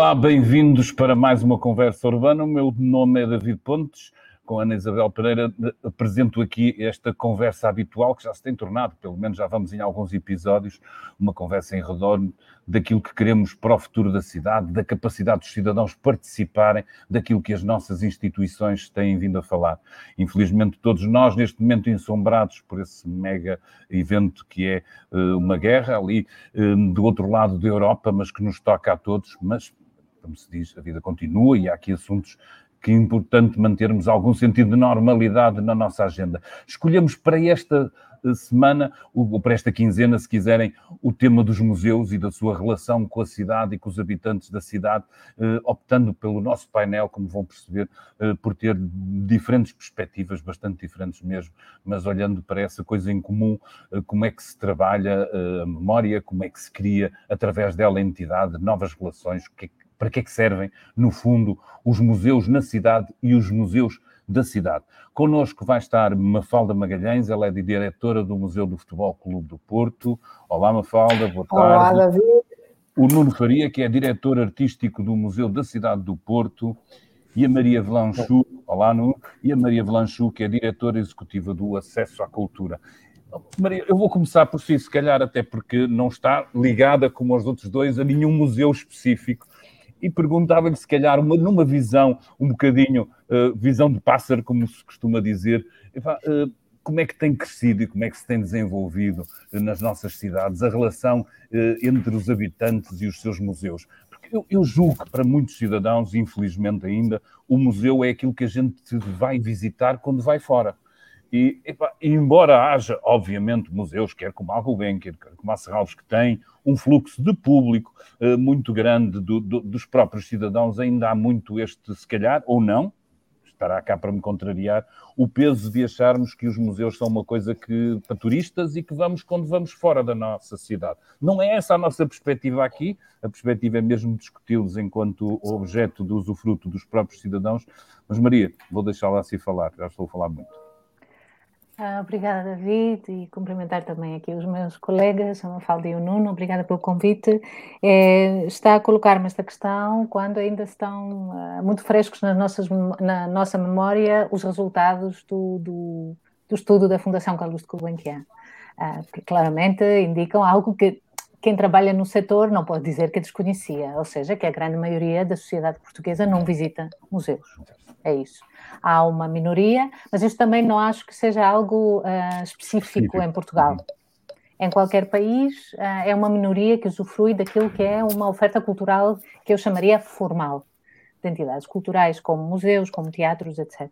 Olá, bem-vindos para mais uma conversa urbana. O meu nome é David Pontes, com a Ana Isabel Pereira apresento aqui esta conversa habitual que já se tem tornado, pelo menos já vamos em alguns episódios, uma conversa em redor daquilo que queremos para o futuro da cidade, da capacidade dos cidadãos participarem daquilo que as nossas instituições têm vindo a falar. Infelizmente todos nós, neste momento, ensombrados por esse mega evento que é uma guerra ali do outro lado da Europa, mas que nos toca a todos, mas, como se diz, a vida continua e há aqui assuntos que é importante mantermos algum sentido de normalidade na nossa agenda. Escolhemos para esta semana, ou para esta quinzena, se quiserem, o tema dos museus e da sua relação com a cidade e com os habitantes da cidade, optando pelo nosso painel, como vão perceber, por ter diferentes perspectivas, bastante diferentes mesmo, mas olhando para essa coisa em comum, como é que se trabalha a memória, como é que se cria, através dela, a entidade, novas relações, para que é que servem, no fundo, os museus na cidade e os museus da cidade. Connosco vai estar Mafalda Magalhães, ela é diretora do Museu do Futebol Clube do Porto. Olá, Mafalda, boa tarde. Olá, David. O Nuno Faria, que é diretor artístico do Museu da Cidade do Porto. E a Maria Velanchu, olá, Nuno. E a Maria Velanchu, que é diretora executiva do Acesso à Cultura. Maria, eu vou começar por si, se calhar até porque não está ligada, como os outros dois, a nenhum museu específico. E perguntava-lhe, se calhar, numa visão um bocadinho, visão de pássaro, como se costuma dizer, como é que tem crescido e como é que se tem desenvolvido nas nossas cidades a relação entre os habitantes e os seus museus? Porque eu julgo que para muitos cidadãos, infelizmente ainda, o museu é aquilo que a gente vai visitar quando vai fora. E embora haja, obviamente, museus, quer como a Gulbenkian, quer como a Serralves, que têm um fluxo de público muito grande dos próprios cidadãos, ainda há muito este, se calhar, ou não, estará cá para me contrariar, o peso de acharmos que os museus são uma coisa para turistas e que vamos quando vamos fora da nossa cidade. Não é essa a nossa perspectiva aqui, a perspectiva é mesmo discuti-los enquanto objeto de usufruto dos próprios cidadãos. Mas, Maria, vou deixá-la assim falar, já estou a falar muito. Obrigada, David, e cumprimentar também aqui os meus colegas, a Mafalda e o Nuno. Obrigada pelo convite. Está a colocar-me esta questão quando ainda estão muito frescos na nossa memória os resultados do estudo da Fundação Carlos de Gulbenkian, que claramente indicam algo que quem trabalha no setor não pode dizer que desconhecia, ou seja, que a grande maioria da sociedade portuguesa não visita museus. É isso. Há uma minoria, mas isso também não acho que seja algo específico em Portugal. Em qualquer país, é uma minoria que usufrui daquilo que é uma oferta cultural que eu chamaria formal, de entidades culturais como museus, como teatros, etc.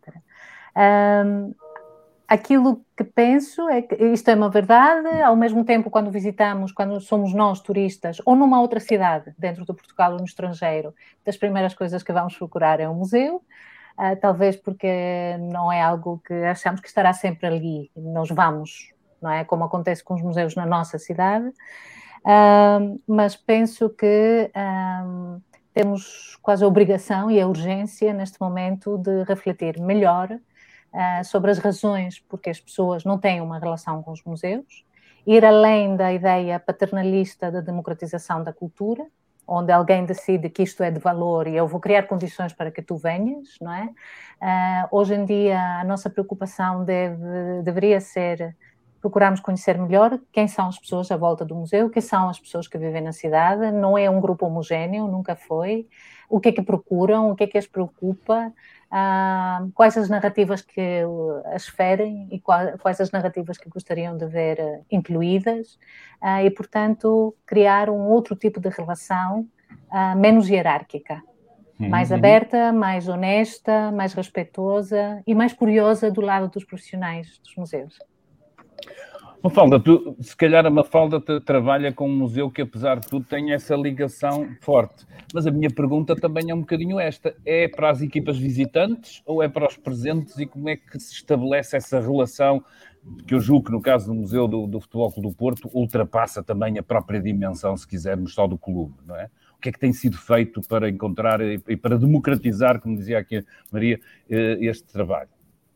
Aquilo que penso é que isto é uma verdade, ao mesmo tempo quando visitamos, quando somos nós turistas, ou numa outra cidade, dentro de Portugal ou no estrangeiro, das primeiras coisas que vamos procurar é um museu, talvez porque não é algo que achamos que estará sempre ali, nós vamos, não é? Como acontece com os museus na nossa cidade, mas penso que temos quase a obrigação e a urgência neste momento de refletir melhor sobre as razões porque as pessoas não têm uma relação com os museus, ir além da ideia paternalista da democratização da cultura, onde alguém decide que isto é de valor e eu vou criar condições para que tu venhas, não é? Hoje em dia a nossa preocupação deveria ser procurarmos conhecer melhor quem são as pessoas à volta do museu, quem são as pessoas que vivem na cidade, não é um grupo homogéneo, nunca foi, o que é que procuram, o que é que as preocupa, quais as narrativas que as ferem e quais as narrativas que gostariam de ver incluídas e, portanto, criar um outro tipo de relação menos hierárquica, mais aberta, mais honesta, mais respeitosa e mais curiosa do lado dos profissionais dos museus. Mafalda, se calhar a Mafalda trabalha com um museu que, apesar de tudo, tem essa ligação forte. Mas a minha pergunta também é um bocadinho esta. É para as equipas visitantes ou é para os presentes? E como é que se estabelece essa relação que eu julgo que, no caso do Museu do Futebol Clube do Porto, ultrapassa também a própria dimensão, se quisermos, só do clube, não é? O que é que tem sido feito para encontrar e para democratizar, como dizia aqui a Maria, este trabalho?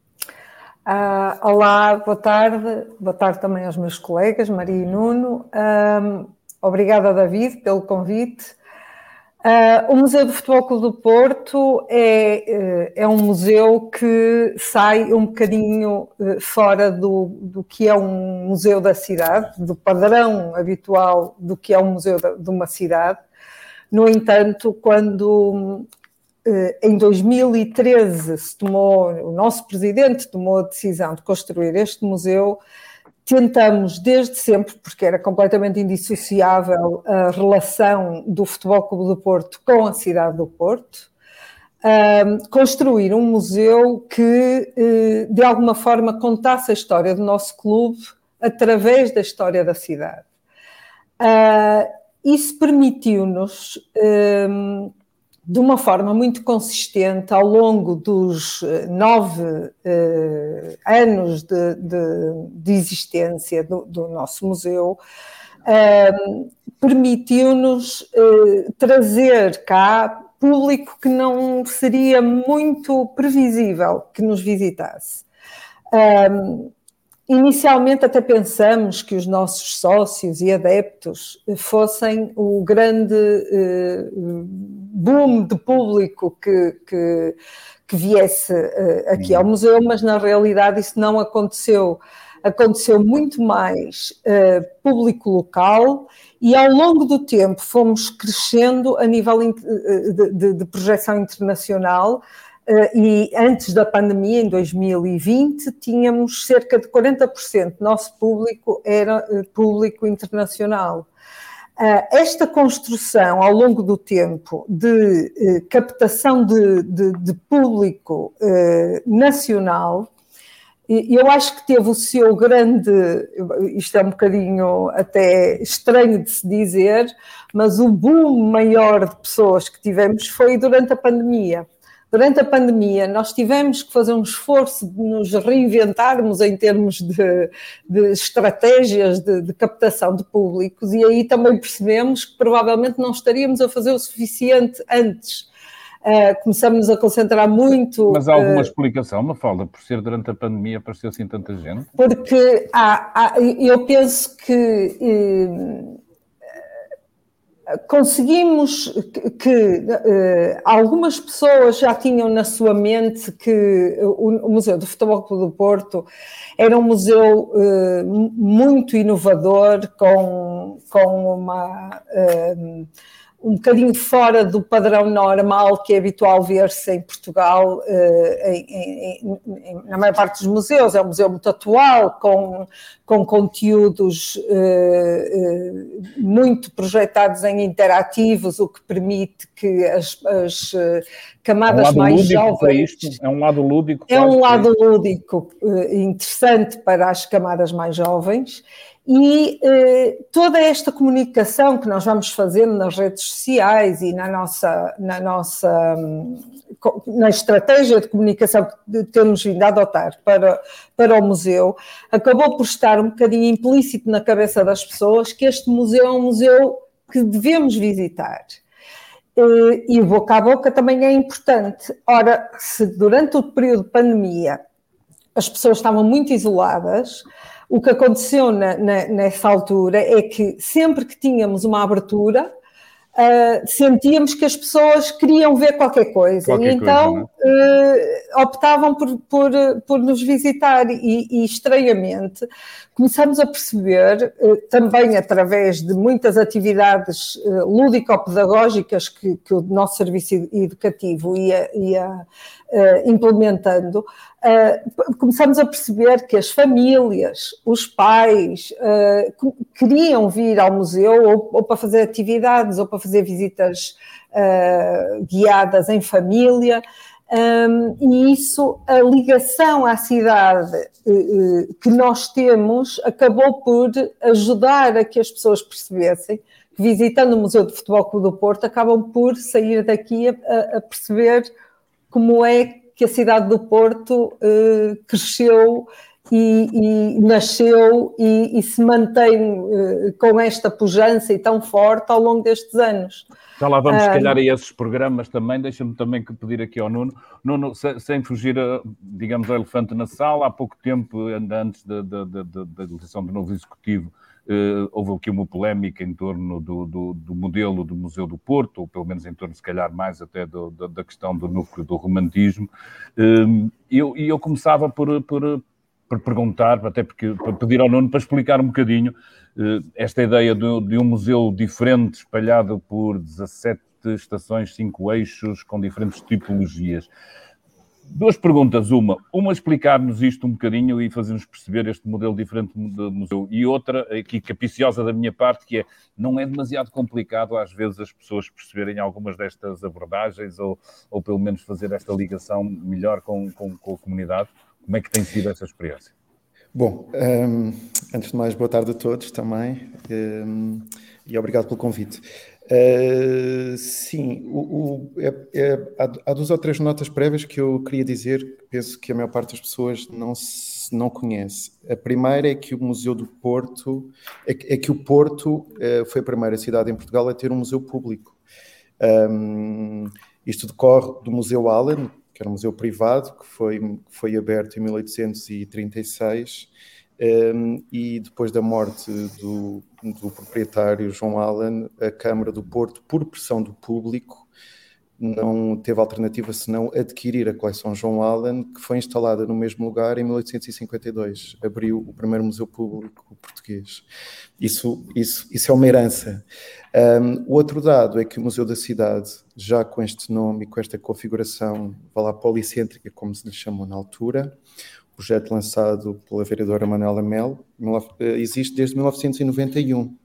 Olá, boa tarde também aos meus colegas, Maria e Nuno. Obrigada, David, pelo convite. O Museu do Futebol Clube do Porto é um museu que sai um bocadinho fora do que é um museu da cidade, do padrão habitual do que é um museu de uma cidade. No entanto, quando em 2013 o nosso presidente tomou a decisão de construir este museu, tentamos desde sempre, porque era completamente indissociável a relação do Futebol Clube do Porto com a cidade do Porto, construir um museu que, de alguma forma, contasse a história do nosso clube através da história da cidade. Isso permitiu-nos, de uma forma muito consistente, ao longo dos 9 anos de existência do nosso museu, permitiu-nos trazer cá público que não seria muito previsível que nos visitasse. Inicialmente até pensamos que os nossos sócios e adeptos fossem o grande boom de público que viesse aqui ao museu, mas na realidade isso não aconteceu. Aconteceu muito mais público local e ao longo do tempo fomos crescendo a nível de projeção internacional. E antes da pandemia, em 2020, tínhamos cerca de 40% do nosso público era público internacional. Esta construção, ao longo do tempo, de captação de público nacional, eu acho que teve o seu grande, isto é um bocadinho até estranho de se dizer, mas o boom maior de pessoas que tivemos foi durante a pandemia. Durante a pandemia, nós tivemos que fazer um esforço de nos reinventarmos em termos de estratégias de captação de públicos e aí também percebemos que provavelmente não estaríamos a fazer o suficiente antes. Começamos a concentrar muito... Mas há alguma explicação, Mafalda, por ser durante a pandemia apareceu assim tanta gente? Porque eu penso que... conseguimos que algumas pessoas já tinham na sua mente que o Museu do Futebol Clube do Porto era um museu muito inovador, com um bocadinho fora do padrão normal que é habitual ver-se em Portugal, na maior parte dos museus. É um museu muito atual, com conteúdos muito projetados em interativos, o que permite que as camadas mais jovens... É um lado lúdico. É um lado lúdico interessante para as camadas mais jovens. E toda esta comunicação que nós vamos fazendo nas redes sociais e na estratégia de comunicação que temos vindo a adotar para o museu, acabou por estar um bocadinho implícito na cabeça das pessoas que este museu é um museu que devemos visitar. E o boca a boca também é importante. Ora, se durante o período de pandemia as pessoas estavam muito isoladas, o que aconteceu nessa altura é que sempre que tínhamos uma abertura, sentíamos que as pessoas queriam ver qualquer coisa. E então optavam por nos visitar e estranhamente começamos a perceber, também através de muitas atividades lúdico-pedagógicas que o nosso serviço educativo ia implementando, começamos a perceber que as famílias, os pais, queriam vir ao museu ou para fazer atividades ou para fazer visitas guiadas em família, e isso, a ligação à cidade que nós temos, acabou por ajudar a que as pessoas percebessem que, visitando o Museu de Futebol Clube do Porto, acabam por sair daqui a perceber como é que a cidade do Porto cresceu e nasceu e se mantém com esta pujança e tão forte ao longo destes anos. Já lá vamos, se calhar, a esses programas também. Deixa-me também pedir aqui ao Nuno. Nuno, sem fugir, digamos, ao elefante na sala, há pouco tempo, ainda antes da eleição do novo executivo, houve aqui uma polémica em torno do modelo do Museu do Porto, ou pelo menos em torno, se calhar, mais até da questão do núcleo do romantismo. Eu começava por perguntar, até porque para pedir ao Nuno para explicar um bocadinho esta ideia de um museu diferente, espalhado por 17 estações, 5 eixos, com diferentes tipologias. Duas perguntas, uma explicar-nos isto um bocadinho e fazer-nos perceber este modelo diferente de museu, e outra, aqui capiciosa da minha parte, que não é demasiado complicado às vezes as pessoas perceberem algumas destas abordagens ou pelo menos fazer esta ligação melhor com a comunidade. Como é que tem sido essa experiência? Bom, antes de mais, boa tarde a todos também, e obrigado pelo convite. Sim, há 2 ou 3 notas prévias que eu queria dizer, que penso que a maior parte das pessoas não conhece. A primeira é que o Museu do Porto, é que o Porto foi a primeira cidade em Portugal a ter um museu público. Isto decorre do Museu Allen, que era um museu privado, que foi aberto em 1836, e depois da morte do proprietário João Allen, a Câmara do Porto, por pressão do público, não teve alternativa senão adquirir a coleção João Allen, que foi instalada no mesmo lugar em 1852. Abriu o primeiro museu público português. Isso é uma herança. O outro dado é que o Museu da Cidade, já com este nome e com esta configuração, policêntrica, como se lhe chamou na altura, projeto lançado pela vereadora Manuela Melo, existe desde 1991.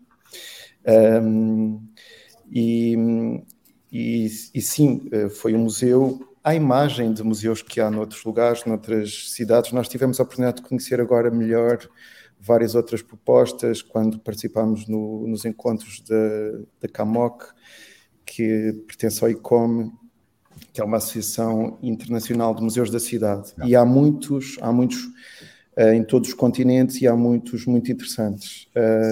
E sim, foi um museu à imagem de museus que há noutros lugares, noutras cidades. Nós tivemos a oportunidade de conhecer agora melhor várias outras propostas quando participámos nos encontros da CAMOC, que pertence ao ICOM, que é uma associação internacional de museus da cidade. E há muitos em todos os continentes, e há muitos muito interessantes.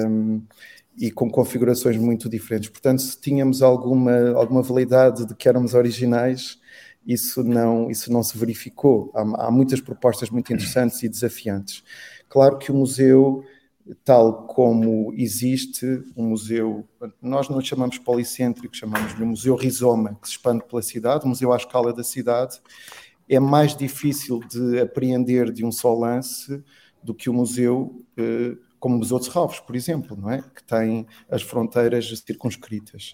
E com configurações muito diferentes. Portanto, se tínhamos alguma validade de que éramos originais, isso não se verificou. Há muitas propostas muito interessantes e desafiantes. Claro que o museu, tal como existe, um museu, nós não o chamamos policêntrico, chamamos-lhe um museu rizoma, que se expande pela cidade, um museu à escala da cidade, é mais difícil de apreender de um só lance do que o museu como o Museu de Serralves, por exemplo, não é? Que tem as fronteiras circunscritas.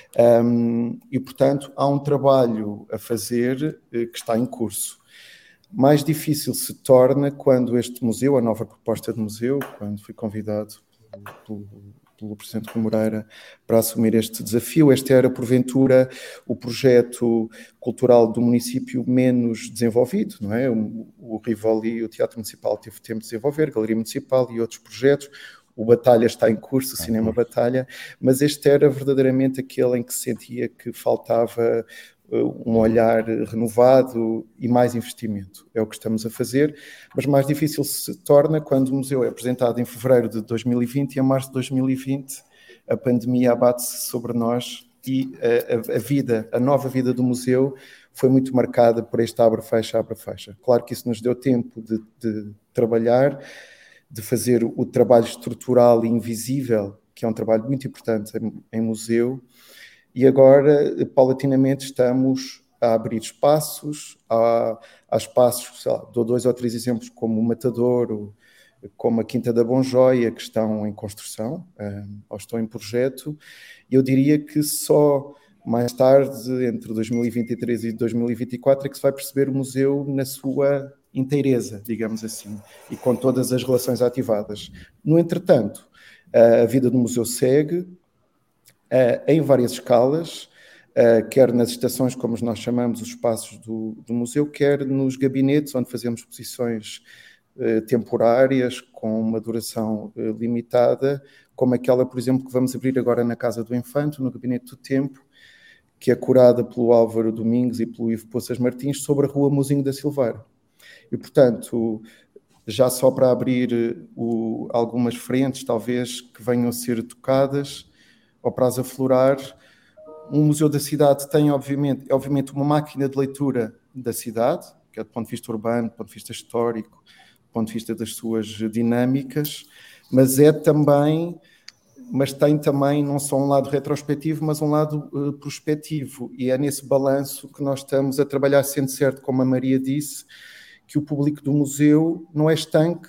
E, portanto, há um trabalho a fazer que está em curso. Mais difícil se torna quando este museu, a nova proposta de museu, quando fui convidado pelo Presidente Rui Moreira para assumir este desafio. Este era, porventura, o projeto cultural do município menos desenvolvido, não é? O Rivoli, o Teatro Municipal, teve tempo de desenvolver, a Galeria Municipal e outros projetos. O Batalha está em curso, o Cinema Batalha, mas este era verdadeiramente aquele em que se sentia que faltava um olhar renovado e mais investimento. É o que estamos a fazer, mas mais difícil se torna quando o museu é apresentado em fevereiro de 2020 e em março de 2020 a pandemia abate-se sobre nós e a nova vida do museu foi muito marcada por este abre-fecha, abre-fecha. Claro que isso nos deu tempo de trabalhar, de fazer o trabalho estrutural e invisível, que é um trabalho muito importante em museu. E agora, paulatinamente, estamos a abrir espaços. Há espaços, sei lá, dou 2 ou 3 exemplos, como o Matadouro, como a Quinta da Bonjóia, que estão em construção, ou estão em projeto. E eu diria que só mais tarde, entre 2023 e 2024, é que se vai perceber o museu na sua inteireza, digamos assim, e com todas as relações ativadas. No entretanto, a vida do museu segue, em várias escalas, quer nas estações, como nós chamamos os espaços do museu, quer nos gabinetes, onde fazemos exposições temporárias, com uma duração limitada, como aquela, por exemplo, que vamos abrir agora na Casa do Infante, no Gabinete do Tempo, que é curada pelo Álvaro Domingos e pelo Ivo Poças Martins, sobre a Rua Mozinho da Silveira. E, portanto, já só para abrir algumas frentes, talvez, que venham a ser tocadas, ou para as aflorar, um museu da cidade tem, obviamente, uma máquina de leitura da cidade, que é do ponto de vista urbano, do ponto de vista histórico, do ponto de vista das suas dinâmicas, mas tem também não só um lado retrospectivo, mas um lado prospectivo, e é nesse balanço que nós estamos a trabalhar, sendo certo, como a Maria disse, que o público do museu não é estanque,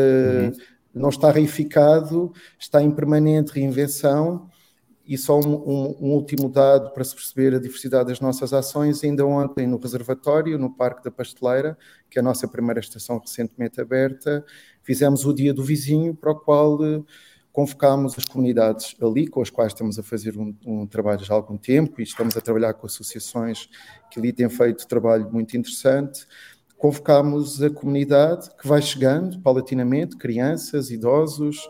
não está reificado, está em permanente reinvenção. E só um último dado para se perceber a diversidade das nossas ações: ainda ontem no Reservatório, no Parque da Pasteleira, que é a nossa primeira estação recentemente aberta, fizemos o Dia do Vizinho, para o qual convocámos as comunidades ali, com as quais estamos a fazer um trabalho já há algum tempo, e estamos a trabalhar com associações que ali têm feito trabalho muito interessante. Convocámos a comunidade que vai chegando paulatinamente, crianças, idosos,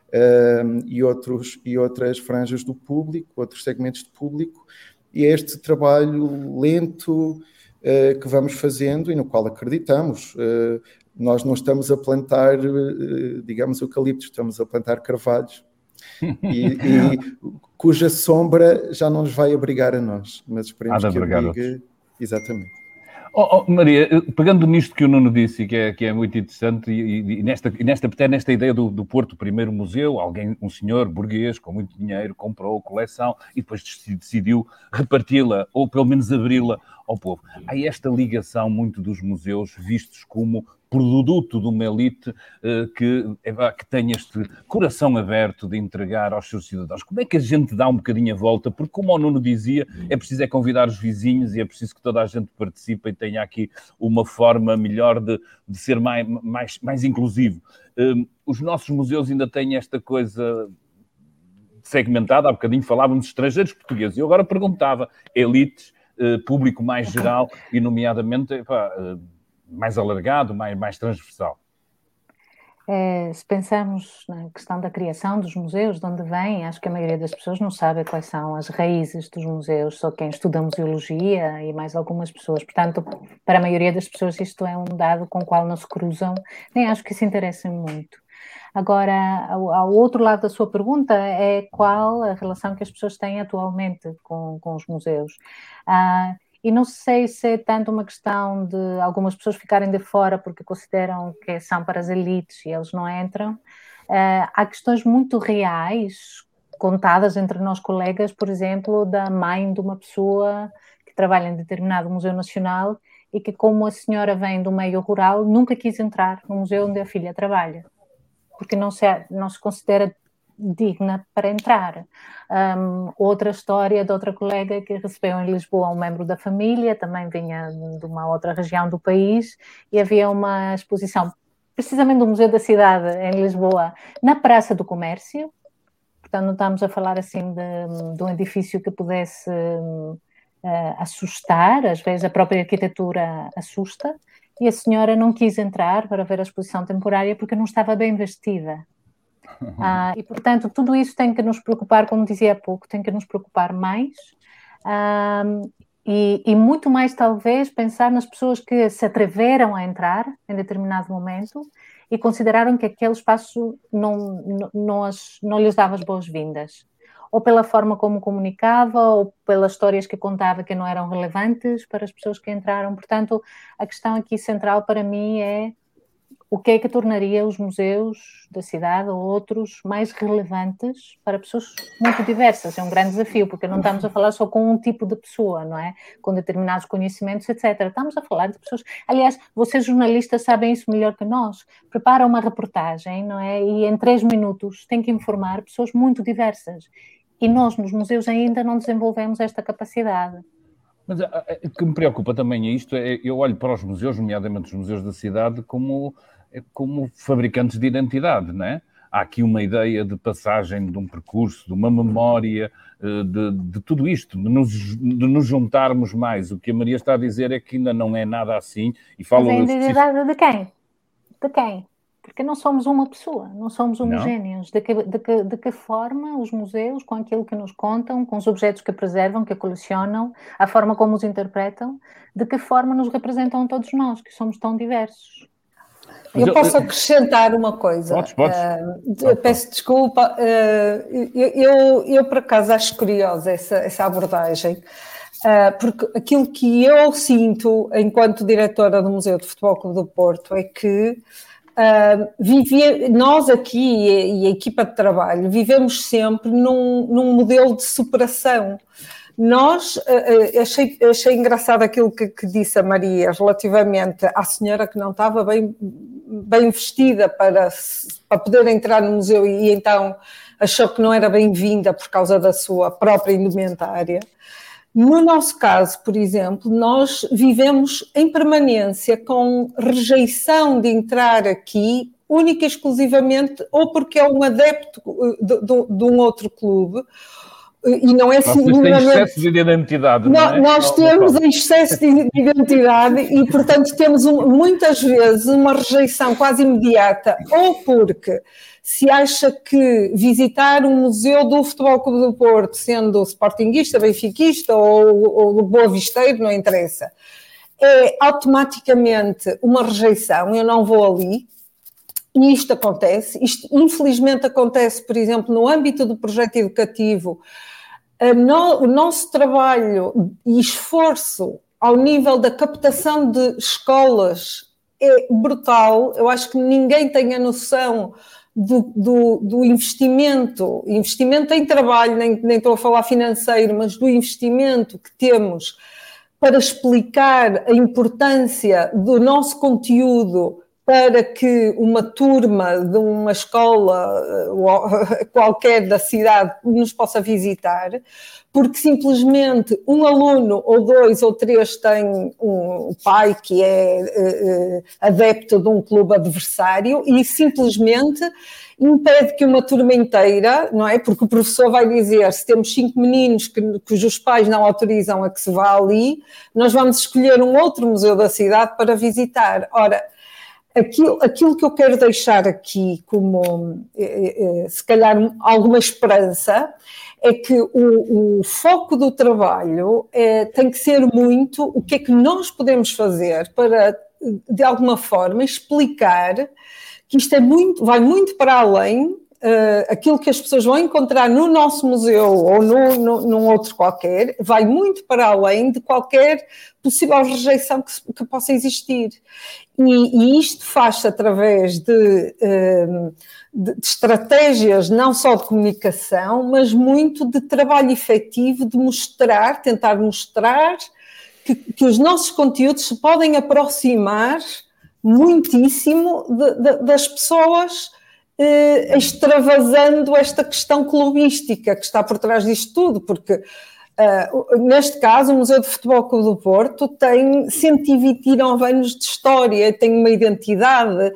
e outras franjas do público, outros segmentos de público, e é este trabalho lento que vamos fazendo e no qual acreditamos. Nós não estamos a plantar, digamos, eucaliptos, estamos a plantar carvalhos, e cuja sombra já não nos vai abrigar a nós, mas esperemos que abrigue. Exatamente. Maria, pegando nisto que o Nuno disse, que é muito interessante, e nesta ideia do Porto, o primeiro museu, um senhor burguês com muito dinheiro comprou a coleção e depois decidiu reparti-la, ou pelo menos abri-la ao povo. Há esta ligação muito dos museus vistos como produto de uma elite que tem este coração aberto de entregar aos seus cidadãos. Como é que a gente dá um bocadinho a volta? Porque, como o Nuno dizia, é preciso convidar os vizinhos e é preciso que toda a gente participe e tenha aqui uma forma melhor de ser mais inclusivo. Os nossos museus ainda têm esta coisa segmentada. Há bocadinho falávamos de estrangeiros portugueses. Eu agora perguntava, elites, público mais geral e, nomeadamente, mais alargado, mais transversal. Se pensarmos na questão da criação dos museus, de onde vem, acho que a maioria das pessoas não sabe quais são as raízes dos museus, só quem estuda museologia e mais algumas pessoas. Portanto, para a maioria das pessoas isto é um dado com o qual não se cruzam, nem acho que se interessem muito. Agora, ao outro lado da sua pergunta é qual a relação que as pessoas têm atualmente com os museus. E não sei se é tanto uma questão de algumas pessoas ficarem de fora porque consideram que são para as elites e eles não entram. Há questões muito reais, contadas entre nós colegas, por exemplo, da mãe de uma pessoa que trabalha em determinado museu nacional e que, como a senhora vem do meio rural, nunca quis entrar no museu onde a filha trabalha, porque não se considera digna para entrar. Outra história de outra colega que recebeu em Lisboa um membro da família, também vinha de uma outra região do país, e havia uma exposição, precisamente do Museu da Cidade, em Lisboa, na Praça do Comércio. Portanto, não estamos a falar assim de um edifício que pudesse assustar, às vezes a própria arquitetura assusta, e a senhora não quis entrar para ver a exposição temporária porque não estava bem vestida. E, portanto, tudo isso tem que nos preocupar, como dizia há pouco, tem que nos preocupar mais e muito mais, talvez, pensar nas pessoas que se atreveram a entrar em determinado momento e consideraram que aquele espaço não lhes dava as boas-vindas. Ou pela forma como comunicava, ou pelas histórias que contava que não eram relevantes para as pessoas que entraram. Portanto, a questão aqui central para mim é o que é que tornaria os museus da cidade ou outros mais relevantes para pessoas muito diversas. É um grande desafio, porque não estamos a falar só com um tipo de pessoa, não é? Com determinados conhecimentos, etc. Estamos a falar de pessoas... Aliás, vocês jornalistas sabem isso melhor que nós. Preparam uma reportagem, não é? E em 3 minutos têm que informar pessoas muito diversas. E nós, nos museus, ainda não desenvolvemos esta capacidade. Mas o que me preocupa também é isto, eu olho para os museus, nomeadamente os museus da cidade, como fabricantes de identidade, não é? Há aqui uma ideia de passagem de um percurso, de uma memória, de tudo isto, de nos juntarmos mais. O que a Maria está a dizer é que ainda não é nada assim. E falo mas a identidade de quem? De quem? Porque não somos uma pessoa, não somos homogéneos. De que forma os museus, com aquilo que nos contam, com os objetos que preservam, que colecionam, a forma como os interpretam, de que forma nos representam a todos nós, que somos tão diversos? Eu posso acrescentar uma coisa. Podes. Peço desculpa. Eu, por acaso, acho curiosa essa abordagem, porque aquilo que eu sinto enquanto diretora do Museu de Futebol Clube do Porto é que nós aqui e a equipa de trabalho vivemos sempre num modelo de superação. Nós, achei engraçado aquilo que disse a Maria relativamente à senhora que não estava bem vestida para poder entrar no museu e então achou que não era bem-vinda por causa da sua própria indumentária. No nosso caso, por exemplo, nós vivemos em permanência com rejeição de entrar aqui única e exclusivamente ou porque é um adepto de um outro clube. E não é minimamente... excesso de identidade, não é? Nós temos excesso de identidade e, portanto, temos muitas vezes uma rejeição quase imediata, ou porque se acha que visitar um museu do Futebol Clube do Porto, sendo sportinguista, benfiquista ou boavisteiro, não interessa, é automaticamente uma rejeição, eu não vou ali. E isto acontece, infelizmente acontece, por exemplo, no âmbito do projeto educativo. O nosso trabalho e esforço ao nível da captação de escolas é brutal. Eu acho que ninguém tem a noção do investimento em trabalho, nem estou a falar financeiro, mas do investimento que temos para explicar a importância do nosso conteúdo para que uma turma de uma escola qualquer da cidade nos possa visitar, porque simplesmente um aluno, ou dois, ou três tem um pai que é adepto de um clube adversário e simplesmente impede que uma turma inteira, não é? Porque o professor vai dizer, se temos 5 meninos cujos pais não autorizam a que se vá ali, nós vamos escolher um outro museu da cidade para visitar. Ora, aquilo que eu quero deixar aqui como, se calhar, alguma esperança, é que o foco do trabalho tem que ser muito o que é que nós podemos fazer para, de alguma forma, explicar que isto vai muito para além aquilo que as pessoas vão encontrar no nosso museu ou num outro qualquer, vai muito para além de qualquer possível rejeição que possa existir. E isto faz-se através de estratégias não só de comunicação, mas muito de trabalho efetivo, de tentar mostrar que os nossos conteúdos se podem aproximar muitíssimo das pessoas, extravasando esta questão clubística que está por trás disto tudo, porque neste caso o Museu de Futebol Clube do Porto tem 129 anos de história, tem uma identidade,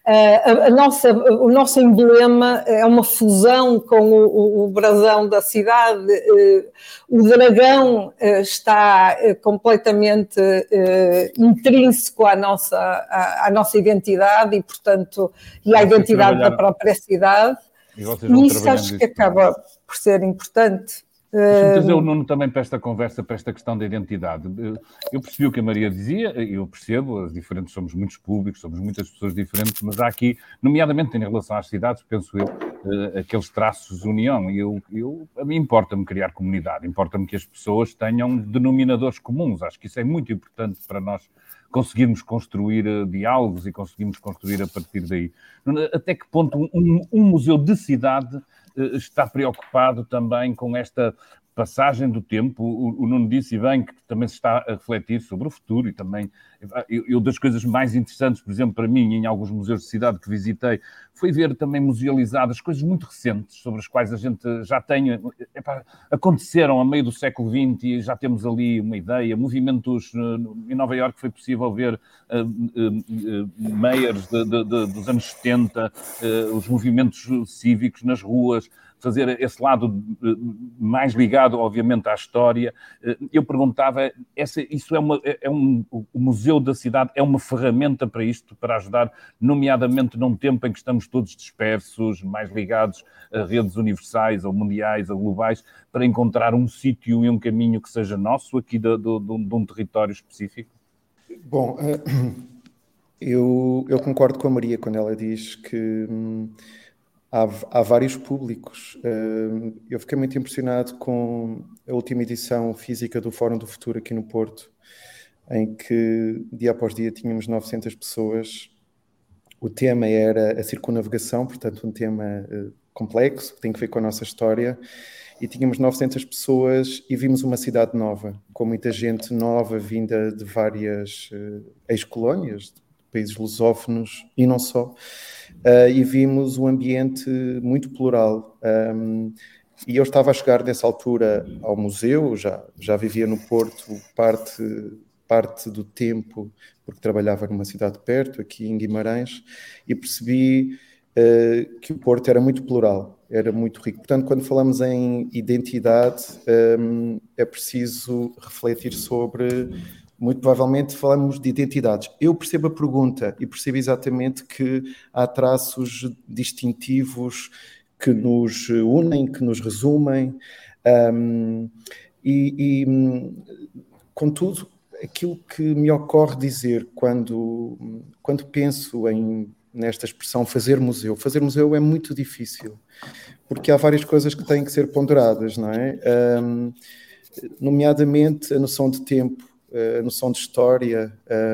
o nosso emblema é uma fusão com o brasão da cidade, o dragão está completamente intrínseco à nossa identidade e, portanto, à identidade da própria cidade, e isso acho que acaba por ser importante. Deixa-me trazer o Nuno também para esta conversa, para esta questão da identidade. Eu percebi o que a Maria dizia, eu percebo, somos muitos públicos, somos muitas pessoas diferentes, mas há aqui, nomeadamente em relação às cidades, penso eu, aqueles traços de união. A mim importa-me criar comunidade, importa-me que as pessoas tenham denominadores comuns. Acho que isso é muito importante para nós conseguirmos construir diálogos e conseguirmos construir a partir daí. Até que ponto um museu de cidade está preocupado também com esta passagem do tempo? O Nuno disse bem que também se está a refletir sobre o futuro e também, eu das coisas mais interessantes, por exemplo, para mim, em alguns museus de cidade que visitei, foi ver também musealizadas coisas muito recentes sobre as quais a gente já tem, aconteceram a meio do século XX e já temos ali uma ideia, movimentos em Nova Iorque foi possível ver mayors dos anos 70, os movimentos cívicos nas ruas, fazer esse lado mais ligado, obviamente, à história. Eu perguntava, o Museu da Cidade é uma ferramenta para isto, para ajudar, nomeadamente num tempo em que estamos todos dispersos, mais ligados a redes universais, ou mundiais, ou globais, para encontrar um sítio e um caminho que seja nosso aqui de um território específico? Bom, eu concordo com a Maria quando ela diz que há vários públicos. Eu fiquei muito impressionado com a última edição física do Fórum do Futuro aqui no Porto, em que dia após dia tínhamos 900 pessoas. O tema era a circunnavegação, portanto um tema complexo, que tem a ver com a nossa história, e tínhamos 900 pessoas e vimos uma cidade nova, com muita gente nova vinda de várias ex-colónias, de países lusófonos e não só, e vimos um ambiente muito plural. E eu estava a chegar nessa altura ao museu, já vivia no Porto parte do tempo, porque trabalhava numa cidade perto, aqui em Guimarães, e percebi que o Porto era muito plural, era muito rico. Portanto, quando falamos em identidade, é preciso refletir sobre... Muito provavelmente falamos de identidades. Eu percebo a pergunta e percebo exatamente que há traços distintivos que nos unem, que nos resumem, contudo, aquilo que me ocorre dizer quando penso nesta expressão fazer museu é muito difícil, porque há várias coisas que têm que ser ponderadas, não é? Nomeadamente a noção de tempo, a noção de história,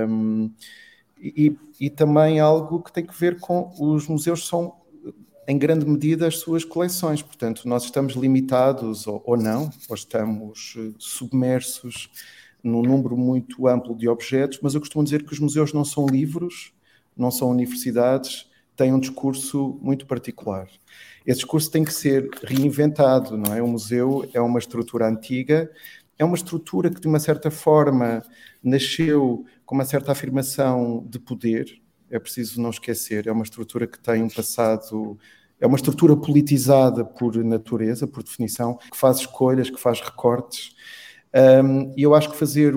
e também algo que tem que ver com os museus são, em grande medida, as suas coleções. Portanto, nós estamos limitados ou não, ou estamos submersos num número muito amplo de objetos, mas eu costumo dizer que os museus não são livros, não são universidades, têm um discurso muito particular. Esse discurso tem que ser reinventado, não é? O museu é uma estrutura antiga, é uma estrutura que, de uma certa forma, nasceu com uma certa afirmação de poder, é preciso não esquecer, é uma estrutura que tem um passado, é uma estrutura politizada por natureza, por definição, que faz escolhas, que faz recortes, e eu acho que fazer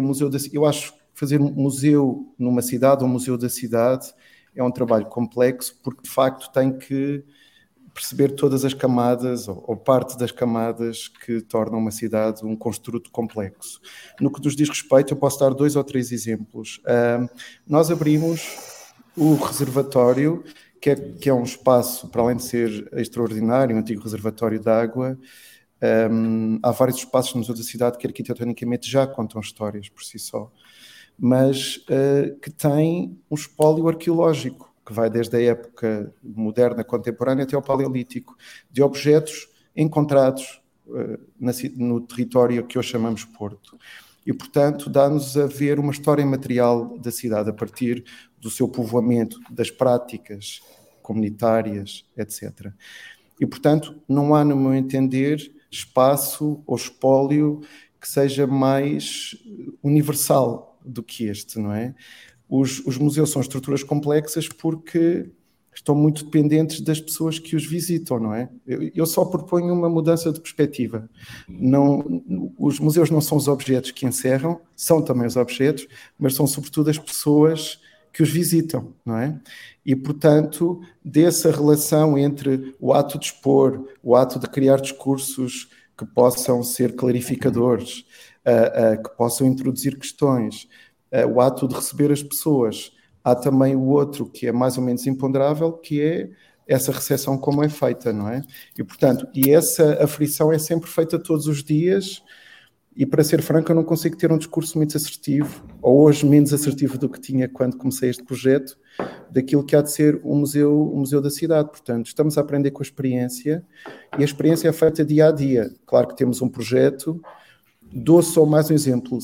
museu numa cidade, ou museu da cidade, é um trabalho complexo, porque, de facto, tem que perceber todas as camadas, ou parte das camadas que tornam uma cidade um construto complexo. No que nos diz respeito, eu posso dar 2 ou 3 exemplos. Nós abrimos o reservatório, que é um espaço, para além de ser extraordinário, um antigo reservatório de água. Há vários espaços no Museu da Cidade que arquitetonicamente já contam histórias por si só, mas que têm um espólio arqueológico, que vai desde a época moderna, contemporânea, até ao Paleolítico, de objetos encontrados no território que hoje chamamos Porto. E, portanto, dá-nos a ver uma história material da cidade, a partir do seu povoamento, das práticas comunitárias, etc. E, portanto, não há, no meu entender, espaço ou espólio que seja mais universal do que este, não é? Os museus são estruturas complexas porque estão muito dependentes das pessoas que os visitam, não é? Eu só proponho uma mudança de perspectiva. Os museus não são os objetos que encerram, são também os objetos, mas são sobretudo as pessoas que os visitam, não é? E, portanto, dessa relação entre o ato de expor, o ato de criar discursos que possam ser clarificadores, que possam introduzir questões, o ato de receber as pessoas, há também o outro que é mais ou menos imponderável, que é essa recepção como é feita, não é? E, portanto, essa aflição é sempre feita todos os dias, e, para ser franco, eu não consigo ter um discurso muito assertivo, ou hoje menos assertivo do que tinha quando comecei este projeto, daquilo que há de ser o museu da cidade. Portanto, estamos a aprender com a experiência, e a experiência é feita dia a dia. Claro que temos um projeto. Dou só mais um exemplo,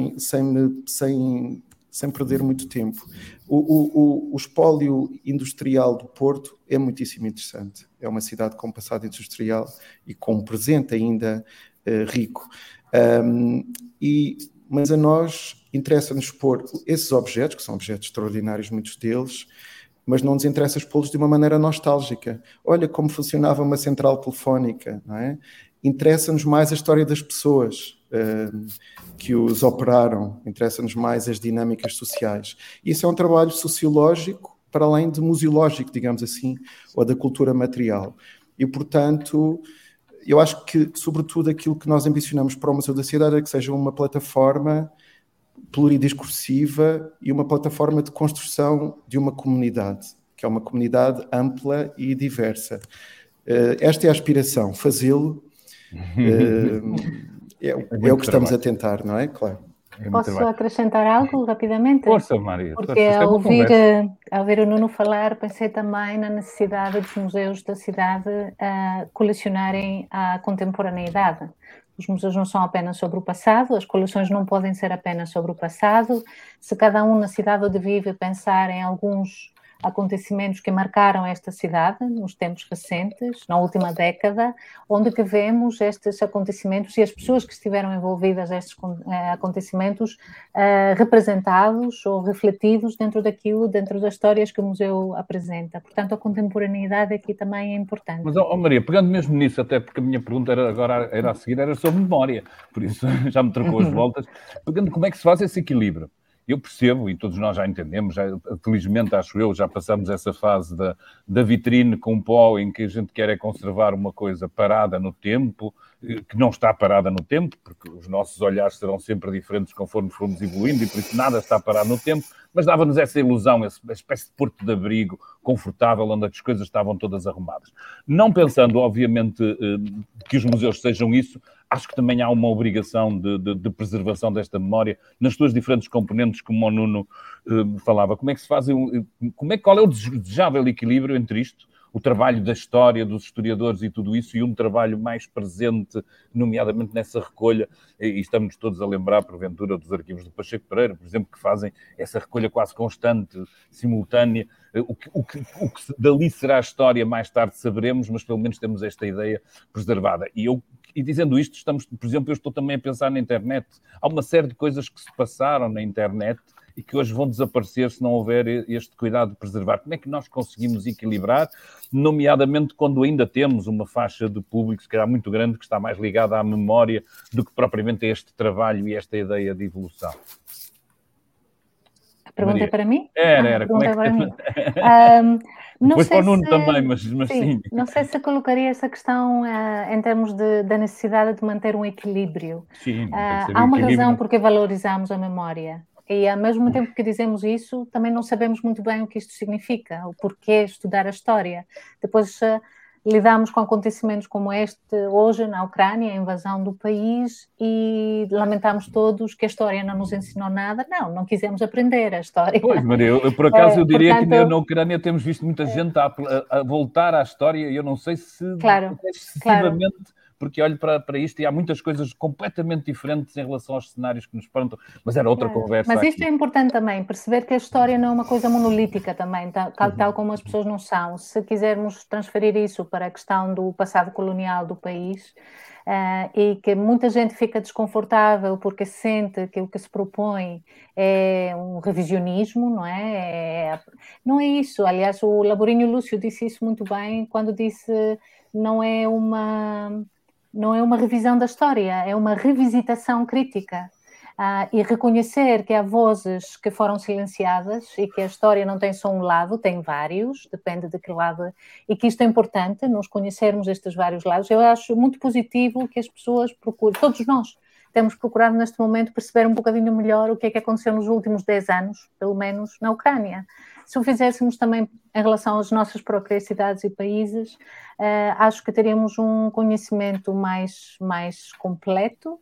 sem perder muito tempo. O espólio industrial do Porto é muitíssimo interessante. É uma cidade com um passado industrial e com um presente ainda rico. Mas a nós interessa-nos expor esses objetos, que são objetos extraordinários, muitos deles, mas não nos interessa expô-los de uma maneira nostálgica. Olha como funcionava uma central telefónica, não é? Interessa-nos mais a história das pessoas que os operaram, interessa-nos mais as dinâmicas sociais. Isso é um trabalho sociológico, para além de museológico, digamos assim, ou da cultura material. E, portanto, eu acho que, sobretudo, aquilo que nós ambicionamos para o Museu da Cidade é que seja uma plataforma pluridiscursiva e uma plataforma de construção de uma comunidade, que é uma comunidade ampla e diversa. Esta é a aspiração, fazê-lo. É o que estamos a tentar, não é? Claro. Posso acrescentar algo rapidamente? Força, Maria. Porque ao ouvir o Nuno falar, pensei também na necessidade dos museus da cidade colecionarem a contemporaneidade. Os museus não são apenas sobre o passado, as coleções não podem ser apenas sobre o passado. Se cada um na cidade onde vive pensar em alguns acontecimentos que marcaram esta cidade nos tempos recentes, na última década, onde que vemos estes acontecimentos e as pessoas que estiveram envolvidas nestes acontecimentos representados ou refletidos dentro das histórias que o museu apresenta. Portanto, a contemporaneidade aqui também é importante. Mas, Maria, pegando mesmo nisso, até porque a minha pergunta era a seguir, era sobre memória, por isso já me trocou as voltas, pegando como é que se faz esse equilíbrio. Eu percebo, e todos nós já entendemos, felizmente, acho eu, já passamos essa fase da vitrine com pó em que a gente quer conservar uma coisa parada no tempo, que não está parada no tempo, porque os nossos olhares serão sempre diferentes conforme formos evoluindo, e por isso nada está parado no tempo, mas dava-nos essa ilusão, essa espécie de porto de abrigo confortável, onde as coisas estavam todas arrumadas. Não pensando, obviamente, que os museus sejam isso, acho que também há uma obrigação de preservação desta memória nas suas diferentes componentes, como o Nuno falava. Como é que se faz, qual é o desejável equilíbrio entre isto, o trabalho da história, dos historiadores e tudo isso, e um trabalho mais presente, nomeadamente nessa recolha, e estamos todos a lembrar, porventura, dos arquivos do Pacheco Pereira, por exemplo, que fazem essa recolha quase constante, simultânea. O que dali será a história, mais tarde saberemos, mas pelo menos temos esta ideia preservada. E dizendo isto, por exemplo, eu estou também a pensar na internet. Há uma série de coisas que se passaram na internet e que hoje vão desaparecer se não houver este cuidado de preservar. Como é que nós conseguimos equilibrar, nomeadamente quando ainda temos uma faixa de público, se calhar muito grande, que está mais ligada à memória do que propriamente a este trabalho e esta ideia de evolução? A pergunta é para mim? Era. Como é que... para mim. Depois para o Nuno também, mas sim. Não sei se colocaria essa questão em termos da necessidade de manter um equilíbrio. Sim, há uma razão porque valorizamos a memória. E ao mesmo tempo que dizemos isso, também não sabemos muito bem o que isto significa, o porquê estudar a história. Depois lidamos com acontecimentos como este hoje na Ucrânia, a invasão do país, e lamentamos todos que a história não nos ensinou nada. Não quisemos aprender a história. Pois, Maria, eu por acaso eu diria que na Ucrânia temos visto muita gente a voltar à história, e eu não sei se excessivamente... porque olho para isto e há muitas coisas completamente diferentes em relação aos cenários que nos perguntam, mas era outra conversa. Mas isto é importante também, perceber que a história não é uma coisa monolítica também, tal como as pessoas não são. Se quisermos transferir isso para a questão do passado colonial do país, e que muita gente fica desconfortável porque sente que o que se propõe é um revisionismo, não é? Não é isso. Aliás, o Laborinho Lúcio disse isso muito bem quando disse não é uma revisão da história, é uma revisitação crítica. E reconhecer que há vozes que foram silenciadas e que a história não tem só um lado, tem vários, depende de que lado, e que isto é importante, nós conhecermos estes vários lados. Eu acho muito positivo que as pessoas procurem, todos nós temos procurado neste momento perceber um bocadinho melhor o que é que aconteceu nos últimos 10 anos, pelo menos na Ucrânia. Se o fizéssemos também em relação às nossas próprias cidades e países, acho que teríamos um conhecimento mais completo,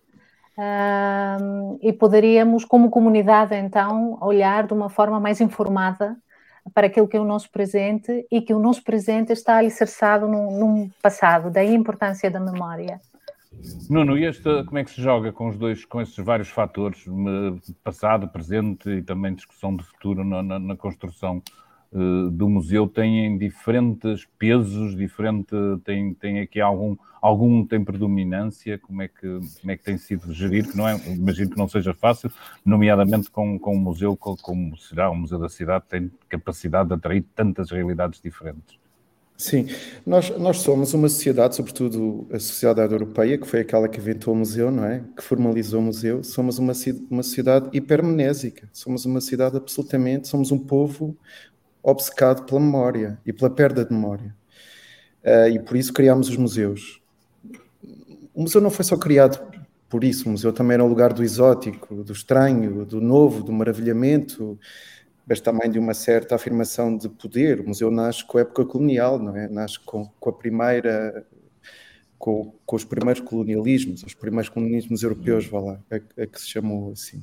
e poderíamos, como comunidade, então, olhar de uma forma mais informada para aquilo que é o nosso presente e que o nosso presente está alicerçado num passado, daí a importância da memória. Nuno, e como é que se joga com esses vários fatores, passado, presente e também discussão de futuro na construção do museu? Têm diferentes pesos, tem aqui algum tem predominância? Como é que tem sido gerido? Que não é, imagino que não seja fácil, nomeadamente com um museu como será o Museu da Cidade, tem capacidade de atrair tantas realidades diferentes. Sim, nós somos uma sociedade, sobretudo a sociedade europeia, que foi aquela que inventou o museu, não é? Que formalizou o museu. Somos uma sociedade hipermnésica, somos uma sociedade somos um povo obcecado pela memória e pela perda de memória. E por isso criámos os museus. O museu não foi só criado por isso, o museu também era um lugar do exótico, do estranho, do novo, do maravilhamento, mas também de uma certa afirmação de poder. O museu nasce com a época colonial, não é? Nasce com a primeira com os primeiros colonialismos, os primeiros colonialismos europeus, vá lá, a que se chamou assim.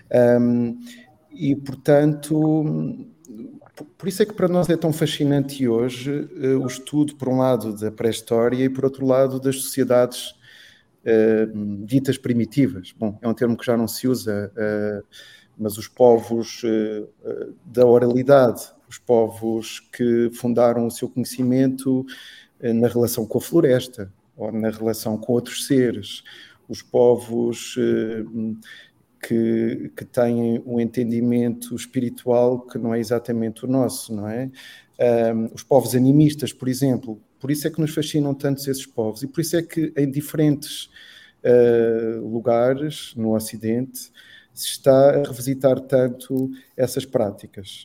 E, portanto, por isso é que para nós é tão fascinante hoje o estudo, por um lado, da pré-história e, por outro lado, das sociedades ditas primitivas. Bom, é um termo que já não se usa, mas os povos da oralidade, os povos que fundaram o seu conhecimento na relação com a floresta, ou na relação com outros seres, os povos que têm um entendimento espiritual que não é exatamente o nosso, não é? Os povos animistas, por exemplo. Por isso é que nos fascinam tanto esses povos, e por isso é que em diferentes lugares no Ocidente se está a revisitar tanto essas práticas.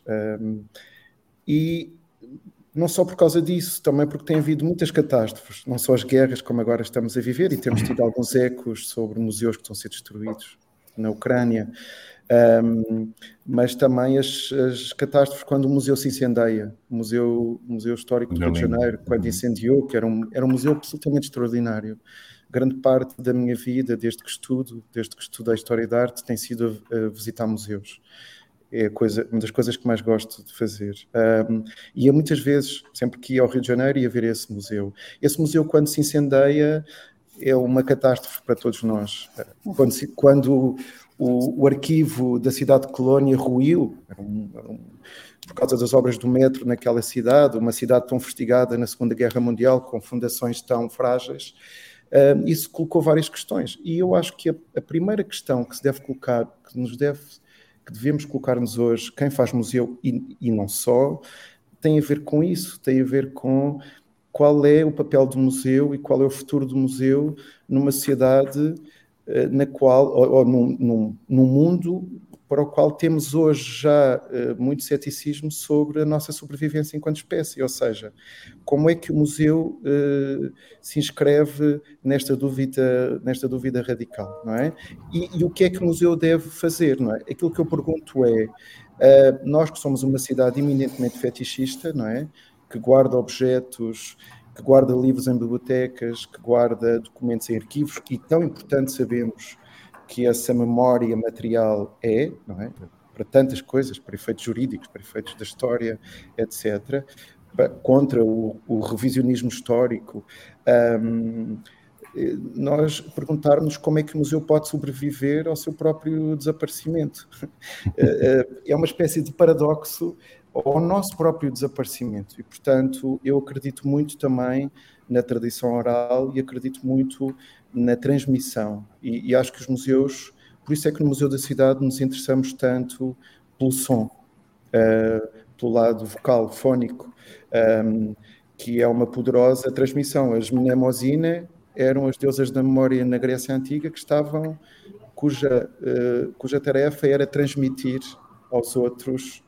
E não só por causa disso, também porque tem havido muitas catástrofes, não só as guerras como agora estamos a viver, e temos tido alguns ecos sobre museus que estão a ser destruídos na Ucrânia, mas também as catástrofes quando o museu se incendeia. O Museu Histórico do Rio de Janeiro, quando incendiou, que era um museu absolutamente extraordinário. Grande parte da minha vida, desde que estudei História da Arte, tem sido a visitar museus. É uma das coisas que mais gosto de fazer. E muitas vezes, sempre que ia ao Rio de Janeiro, ia ver esse museu. Esse museu, quando se incendeia, é uma catástrofe para todos nós. Quando o arquivo da cidade de Colónia ruiu, por causa das obras do metro naquela cidade, uma cidade tão festigada na Segunda Guerra Mundial, com fundações tão frágeis, isso colocou várias questões. E eu acho que a primeira questão que se deve colocar, que devemos colocar-nos hoje, quem faz museu e não só, tem a ver com isso, tem a ver com qual é o papel do museu e qual é o futuro do museu numa sociedade na qual, ou num mundo para o qual temos hoje já muito ceticismo sobre a nossa sobrevivência enquanto espécie, ou seja, como é que o museu se inscreve nesta dúvida radical, não é? E o que é que o museu deve fazer, não é? Aquilo que eu pergunto é, nós que somos uma cidade eminentemente fetichista, não é? Que guarda objetos, que guarda livros em bibliotecas, que guarda documentos em arquivos, e tão importante sabemos que essa memória material não é? Para tantas coisas, para efeitos jurídicos, para efeitos da história, etc., contra o revisionismo histórico, nós perguntarmos como é que o museu pode sobreviver ao seu próprio desaparecimento. É uma espécie de paradoxo ao nosso próprio desaparecimento, e, portanto, eu acredito muito também na tradição oral e acredito muito na transmissão, e acho que os museus, por isso é que no Museu da Cidade nos interessamos tanto pelo som, pelo lado vocal, fónico, que é uma poderosa transmissão. As Mnemosine eram as deusas da memória na Grécia Antiga, cuja tarefa era transmitir aos outros,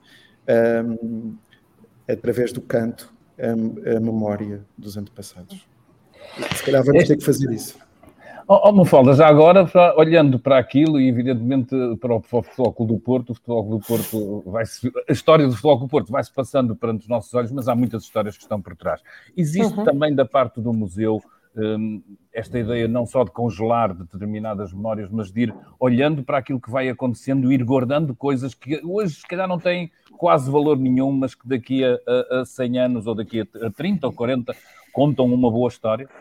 através do canto, a memória dos antepassados. Se calhar vamos ter que fazer isso. Mafalda, já agora, olhando para aquilo e evidentemente para o Futebol Clube do Porto, a história do Futebol Clube do Porto vai-se passando perante os nossos olhos, mas há muitas histórias que estão por trás. Existe também da parte do museu esta ideia não só de congelar determinadas memórias, mas de ir olhando para aquilo que vai acontecendo, ir guardando coisas que hoje se calhar não têm quase valor nenhum, mas que daqui a 100 anos ou daqui a 30 ou 40 contam uma boa história?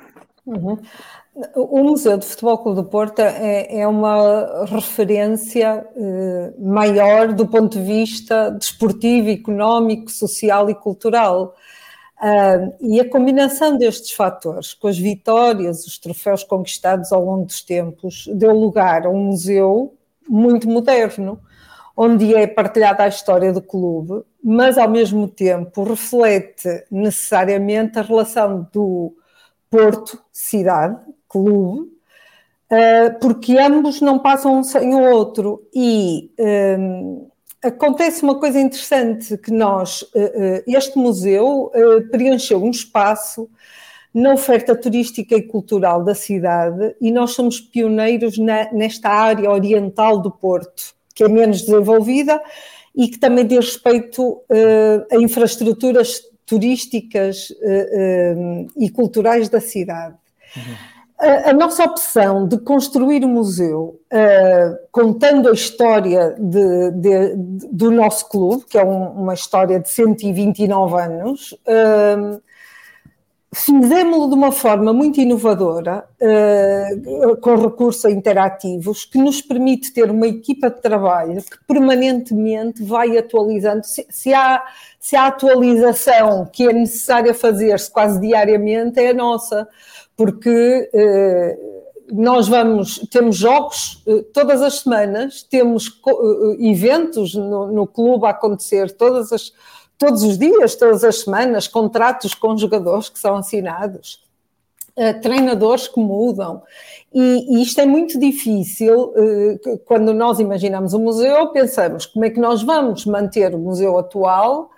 O Museu de Futebol Clube do Porto é uma referência maior do ponto de vista desportivo, económico, social e cultural. E a combinação destes fatores, com as vitórias, os troféus conquistados ao longo dos tempos, deu lugar a um museu muito moderno, onde é partilhada a história do clube, mas ao mesmo tempo reflete necessariamente a relação do Porto, cidade, clube, porque ambos não passam um sem o outro. E acontece uma coisa interessante, que este museu preencheu um espaço na oferta turística e cultural da cidade, e nós somos pioneiros nesta área oriental do Porto, que é menos desenvolvida e que também diz respeito a infraestruturas turísticas e culturais da cidade. A nossa opção de construir um museu contando a história do nosso clube, que é uma história de 129 anos, fizemos-lo de uma forma muito inovadora, com recursos interativos, que nos permite ter uma equipa de trabalho que permanentemente vai atualizando. Se há atualização que é necessária fazer-se quase diariamente, é a nossa, porque temos jogos todas as semanas, temos eventos no clube a acontecer todos os dias, todas as semanas, contratos com jogadores que são assinados, treinadores que mudam, e isto é muito difícil. Quando nós imaginamos um museu, pensamos como é que nós vamos manter o museu atual,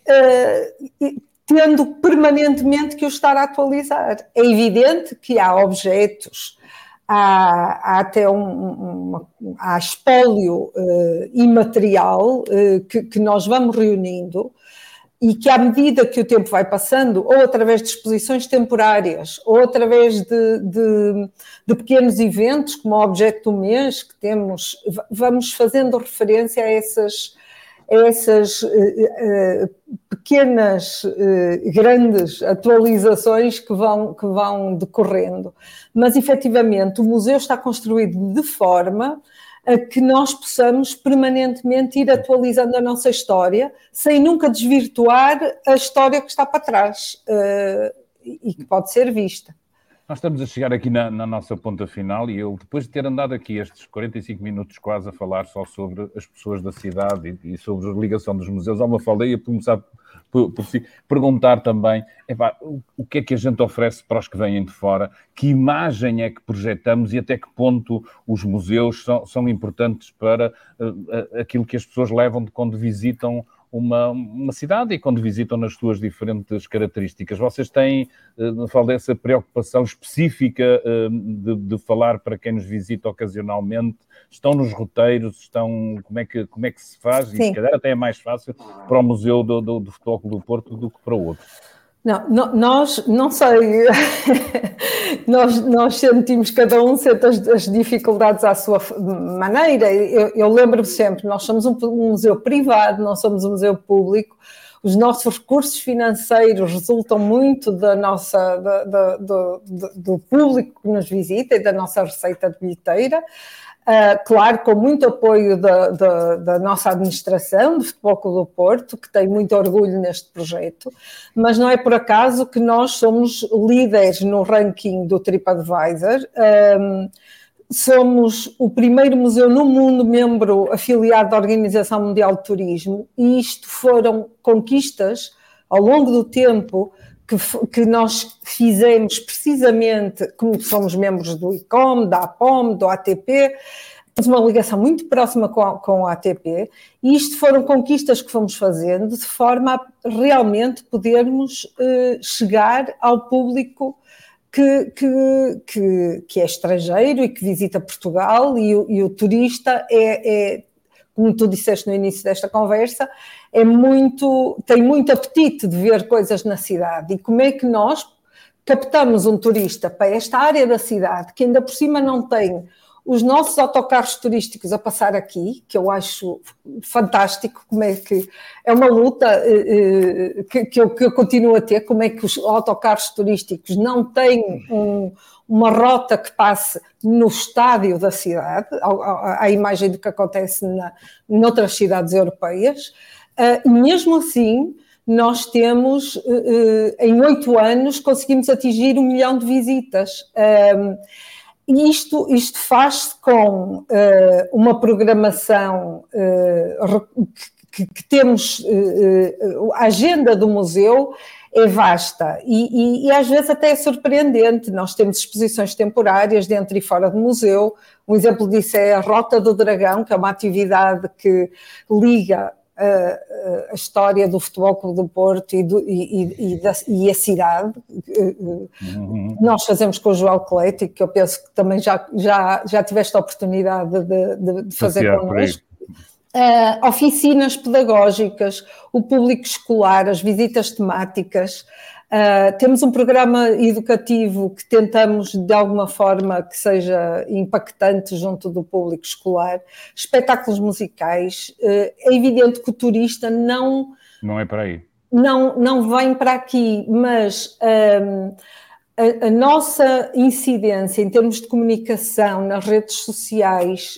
tendo permanentemente que o estar a atualizar. É evidente que há objetos, há até há espólio imaterial que nós vamos reunindo, e que à medida que o tempo vai passando, ou através de exposições temporárias, ou através de pequenos eventos, como o Objeto do Mês, que temos, vamos fazendo referência a essas pequenas, grandes atualizações que vão decorrendo. Mas, efetivamente, o museu está construído de forma a que nós possamos permanentemente ir atualizando a nossa história, sem nunca desvirtuar a história que está para trás e que pode ser vista. Nós estamos a chegar aqui na nossa ponta final, e eu, depois de ter andado aqui estes 45 minutos quase a falar só sobre as pessoas da cidade e sobre a ligação dos museus, há uma falda, ia começar por si, perguntar também o que é que a gente oferece para os que vêm de fora, que imagem é que projetamos e até que ponto os museus são importantes para aquilo que as pessoas levam de quando visitam uma cidade e quando visitam nas suas diferentes características. Vocês têm, falo dessa preocupação específica de falar para quem nos visita ocasionalmente? Estão nos roteiros? Como é que se faz? Sim. E se calhar até é mais fácil para o Museu do Futebol Clube do Porto do que para o outro. Nós, não sei, nós sentimos, cada um sente as dificuldades à sua maneira. Eu lembro-me sempre, nós somos um museu privado, não somos um museu público. Os nossos recursos financeiros resultam muito do público que nos visita e da nossa receita de bilheteira. Claro, com muito apoio da nossa administração, do Futebol Clube do Porto, que tem muito orgulho neste projeto, mas não é por acaso que nós somos líderes no ranking do TripAdvisor. Somos o primeiro museu no mundo membro afiliado da Organização Mundial de Turismo, e isto foram conquistas ao longo do tempo que nós fizemos precisamente, como somos membros do ICOM, da APOM, do ATP, temos uma ligação muito próxima com o ATP, e isto foram conquistas que fomos fazendo de forma a realmente podermos chegar ao público que é estrangeiro e que visita Portugal, e o turista como tu disseste no início desta conversa, tem muito apetite de ver coisas na cidade. E como é que nós captamos um turista para esta área da cidade, que ainda por cima não tem os nossos autocarros turísticos a passar aqui, que eu acho fantástico, como é que é uma luta que eu continuo a ter, como é que os autocarros turísticos não têm uma rota que passe no estádio da cidade, à imagem do que acontece noutras cidades europeias, e mesmo assim nós temos, em 8 anos, conseguimos atingir 1 milhão de visitas. E isto faz-se com uma programação que temos, a agenda do museu é vasta e às vezes até é surpreendente. Nós temos exposições temporárias dentro e fora do museu. Um exemplo disso é a Rota do Dragão, que é uma atividade que liga a história do Futebol Clube do Porto e a cidade. Nós fazemos com o João Colético, que eu penso que também já tiveste a oportunidade de fazer connosco. oficinas pedagógicas, o público escolar, as visitas temáticas. Temos um programa educativo que tentamos, de alguma forma, que seja impactante junto do público escolar, espetáculos musicais. É evidente que o turista não é para aí. Não vem para aqui, mas a nossa incidência em termos de comunicação nas redes sociais,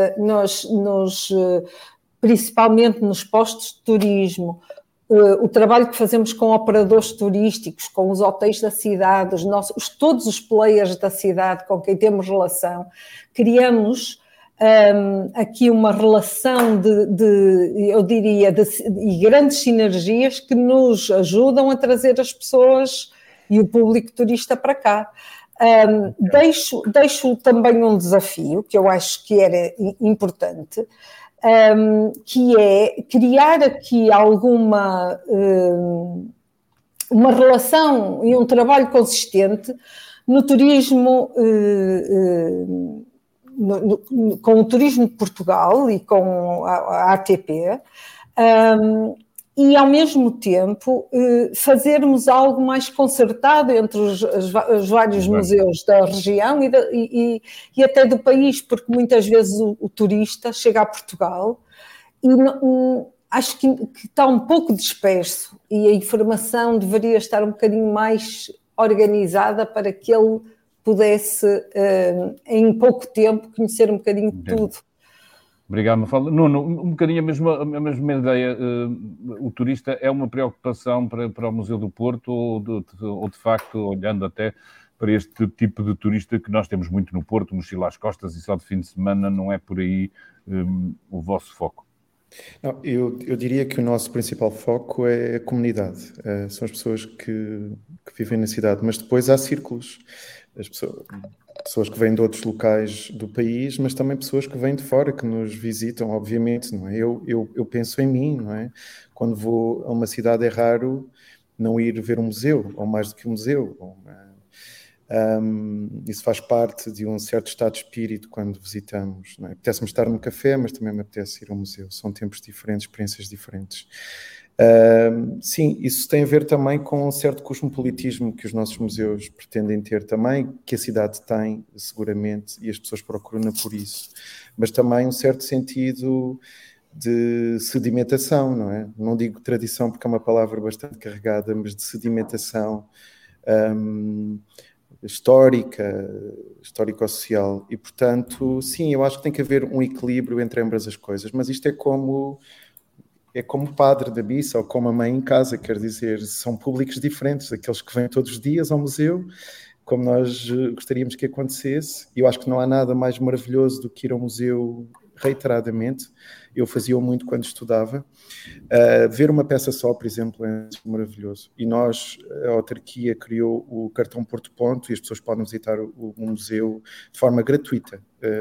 principalmente nos postos de turismo, o trabalho que fazemos com operadores turísticos, com os hotéis da cidade, todos os players da cidade com quem temos relação, criamos aqui uma relação eu diria, de grandes sinergias que nos ajudam a trazer as pessoas e o público turista para cá. Deixo também um desafio, que eu acho que era importante, que é criar aqui alguma uma relação e um trabalho consistente no turismo, com o turismo de Portugal e com a ATP, e ao mesmo tempo fazermos algo mais concertado entre os vários museus da região e até do país, porque muitas vezes o turista chega a Portugal e acho que está um pouco disperso e a informação deveria estar um bocadinho mais organizada para que ele pudesse, em pouco tempo, conhecer um bocadinho de tudo. Obrigado, Mafalda. Nuno, um bocadinho a mesma ideia. O turista é uma preocupação para o Museu do Porto ou de facto, olhando até para este tipo de turista que nós temos muito no Porto, mochila às costas e só de fim de semana, não é por aí o vosso foco? Não, eu diria que o nosso principal foco é a comunidade. São as pessoas que vivem na cidade, mas depois há círculos. As pessoas que vêm de outros locais do país, mas também pessoas que vêm de fora, que nos visitam, obviamente, não é? Eu penso em mim, não é? Quando vou a uma cidade é raro não ir ver um museu, ou mais do que um museu. Isso faz parte de um certo estado de espírito quando visitamos, não é? Apetece-me estar num café, mas também me apetece ir a um museu. São tempos diferentes, experiências diferentes. Sim, isso tem a ver também com um certo cosmopolitismo que os nossos museus pretendem ter também, que a cidade tem, seguramente, e as pessoas procuram por isso. Mas também um certo sentido de sedimentação, não é? Não digo tradição porque é uma palavra bastante carregada, mas de sedimentação histórico-social. E, portanto, sim, eu acho que tem que haver um equilíbrio entre ambas as coisas, mas isto é como o padre da missa ou como a mãe em casa, quer dizer, são públicos diferentes, aqueles que vêm todos os dias ao museu, como nós gostaríamos que acontecesse. Eu acho que não há nada mais maravilhoso do que ir ao museu reiteradamente. Eu fazia-o muito quando estudava. Ver uma peça só, por exemplo, é maravilhoso. E nós, a autarquia criou o cartão Porto Ponto e as pessoas podem visitar o museu de forma gratuita,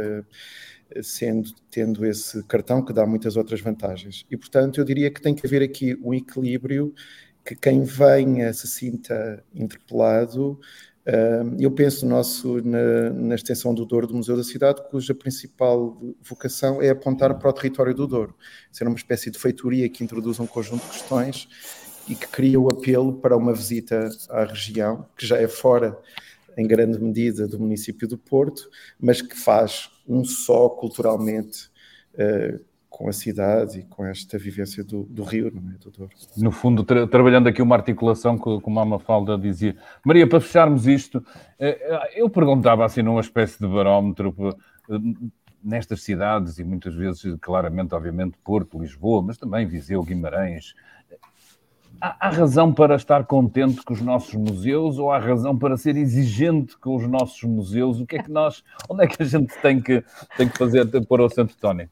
tendo esse cartão que dá muitas outras vantagens. E, portanto, eu diria que tem que haver aqui um equilíbrio, que quem venha se sinta interpelado. Eu penso na extensão do Douro do Museu da Cidade, cuja principal vocação é apontar para o território do Douro, ser uma espécie de feitoria que introduz um conjunto de questões e que cria o apelo para uma visita à região, que já é fora, em grande medida, do município do Porto, mas que faz um só culturalmente com a cidade e com esta vivência do Rio, não é? Do Douro. No fundo, trabalhando aqui uma articulação, como a Mafalda dizia. Maria, para fecharmos isto, eu perguntava assim numa espécie de barómetro nestas cidades, e muitas vezes, claramente, obviamente, Porto, Lisboa, mas também Viseu, Guimarães. Há razão para estar contente com os nossos museus ou há razão para ser exigente com os nossos museus? Onde é que a gente tem que fazer, pôr o acento tónico?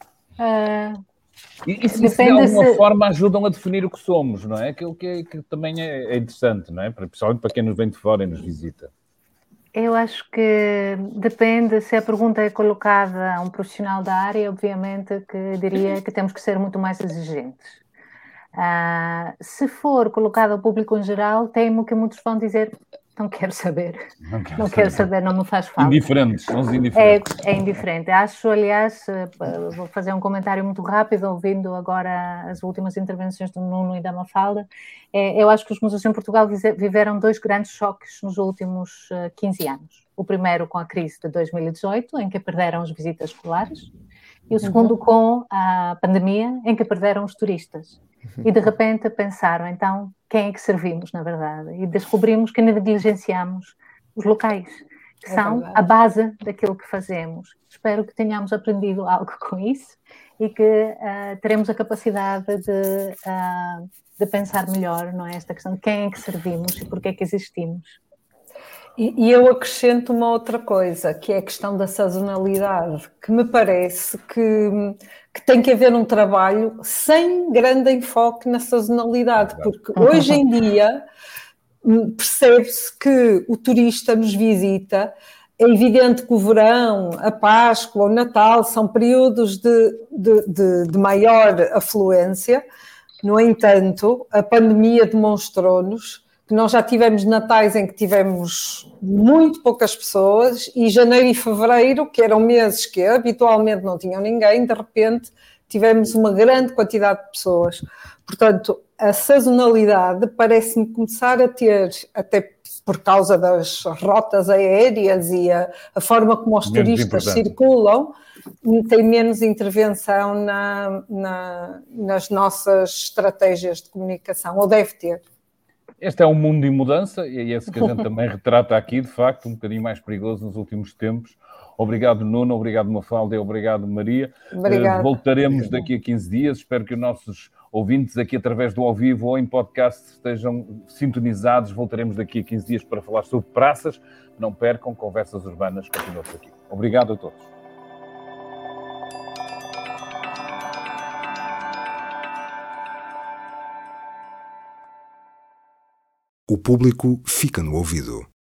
E se de alguma forma ajudam a definir o que somos, não é? Que também é interessante, não é? Principalmente para quem nos vem de fora e nos visita. Eu acho que depende, se a pergunta é colocada a um profissional da área, obviamente que diria que temos que ser muito mais exigentes. Se for colocado ao público em geral, temo que muitos vão dizer Não quero saber. Não quero saber, não me faz falta. Indiferentes, são os indiferentes. É indiferente. Acho, aliás, vou fazer um comentário muito rápido, ouvindo agora as últimas intervenções do Nuno e da Mafalda. Eu acho que os museus em Portugal viveram 2 grandes choques nos últimos 15 anos. O primeiro com a crise de 2018, em que perderam as visitas escolares, e o segundo com a pandemia, em que perderam os turistas. E de repente pensaram, então, quem é que servimos, na verdade? E descobrimos que negligenciamos os locais, que são a base daquilo que fazemos. Espero que tenhamos aprendido algo com isso e que teremos a capacidade de pensar melhor, não é? Esta questão de quem é que servimos e porquê é que existimos. E eu acrescento uma outra coisa, que é a questão da sazonalidade, que me parece que tem que haver um trabalho sem grande enfoque na sazonalidade, porque hoje em dia percebe-se que o turista nos visita. É evidente que o verão, a Páscoa, o Natal são períodos de maior afluência. No entanto, a pandemia demonstrou-nos que nós já tivemos natais em que tivemos muito poucas pessoas e janeiro e fevereiro, que eram meses que habitualmente não tinham ninguém, de repente tivemos uma grande quantidade de pessoas. Portanto, a sazonalidade parece-me começar a ter, até por causa das rotas aéreas e a forma como os turistas circulam, tem menos intervenção nas nossas estratégias de comunicação, ou deve ter. Este é um mundo em mudança e é esse que a gente também retrata aqui, de facto, um bocadinho mais perigoso nos últimos tempos. Obrigado, Nuno, obrigado, Mafalda, e obrigado, Maria. Voltaremos daqui a 15 dias. Espero que os nossos ouvintes aqui através do ao vivo ou em podcast estejam sintonizados. Voltaremos daqui a 15 dias para falar sobre praças. Não percam, Conversas Urbanas continua por aqui. Obrigado a todos. O público fica no ouvido.